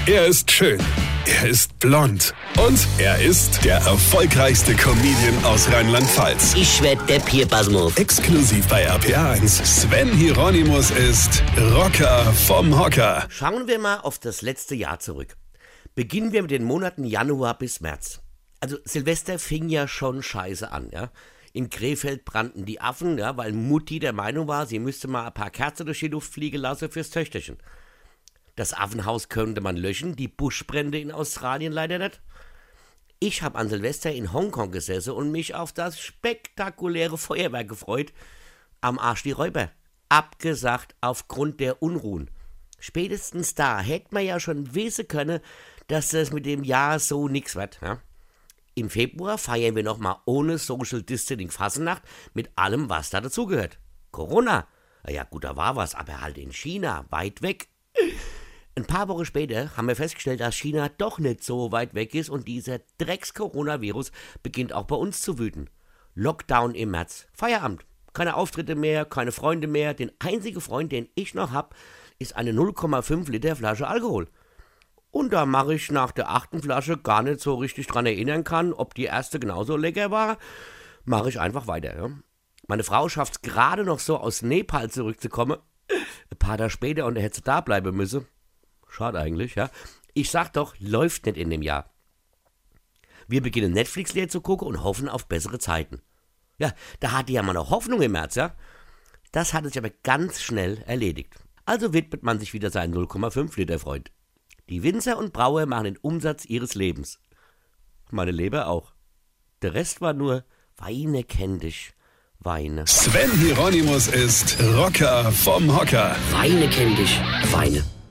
Er ist schön. Er ist blond. Und er ist der erfolgreichste Comedian aus Rheinland-Pfalz. Ich werd der Pierpasmus. Exklusiv bei RPA1. Sven Hieronymus ist Rocker vom Hocker. Schauen wir mal auf das letzte Jahr zurück. Beginnen wir mit den Monaten Januar bis März. Also Silvester fing ja schon scheiße an, ja. In Krefeld brannten die Affen, ja, weil Mutti der Meinung war, sie müsste mal ein paar Kerzen durch die Luft fliegen lassen fürs Töchterchen. Das Affenhaus könnte man löschen, die Buschbrände in Australien leider nicht. Ich habe an Silvester in Hongkong gesessen und mich auf das spektakuläre Feuerwerk gefreut. Am Arsch die Räuber. Abgesagt aufgrund der Unruhen. Spätestens da hätte man ja schon wissen können, dass das mit dem Jahr so nix wird. Ja? Im Februar feiern wir nochmal ohne Social Distancing Fasnacht mit allem, was da dazugehört. Corona. Ja gut, da war was, aber halt in China, weit weg. Ein paar Wochen später haben wir festgestellt, dass China doch nicht so weit weg ist und dieser Drecks-Coronavirus beginnt auch bei uns zu wüten. Lockdown im März. Feierabend. Keine Auftritte mehr, keine Freunde mehr. Den einzigen Freund, den ich noch habe, ist eine 0,5 Liter Flasche Alkohol. Und da mache ich nach der 8. Flasche gar nicht so richtig dran erinnern kann, ob die erste genauso lecker war, mache ich einfach weiter. Ja. Meine Frau schafft es gerade noch so, aus Nepal zurückzukommen. Ein paar Tage später und er hätte da bleiben müssen. Schade eigentlich, ja. Ich sag doch, läuft nicht in dem Jahr. Wir beginnen Netflix leer zu gucken und hoffen auf bessere Zeiten. Ja, da hatte ja mal noch Hoffnung im März, ja. Das hat sich aber ganz schnell erledigt. Also widmet man sich wieder seinen 0,5 Liter Freund. Die Winzer und Brauer machen den Umsatz ihres Lebens. Meine Leber auch. Der Rest war nur Weine kenn dich, Weine. Sven Hieronymus ist Rocker vom Hocker. Weine kenn dich, Weine.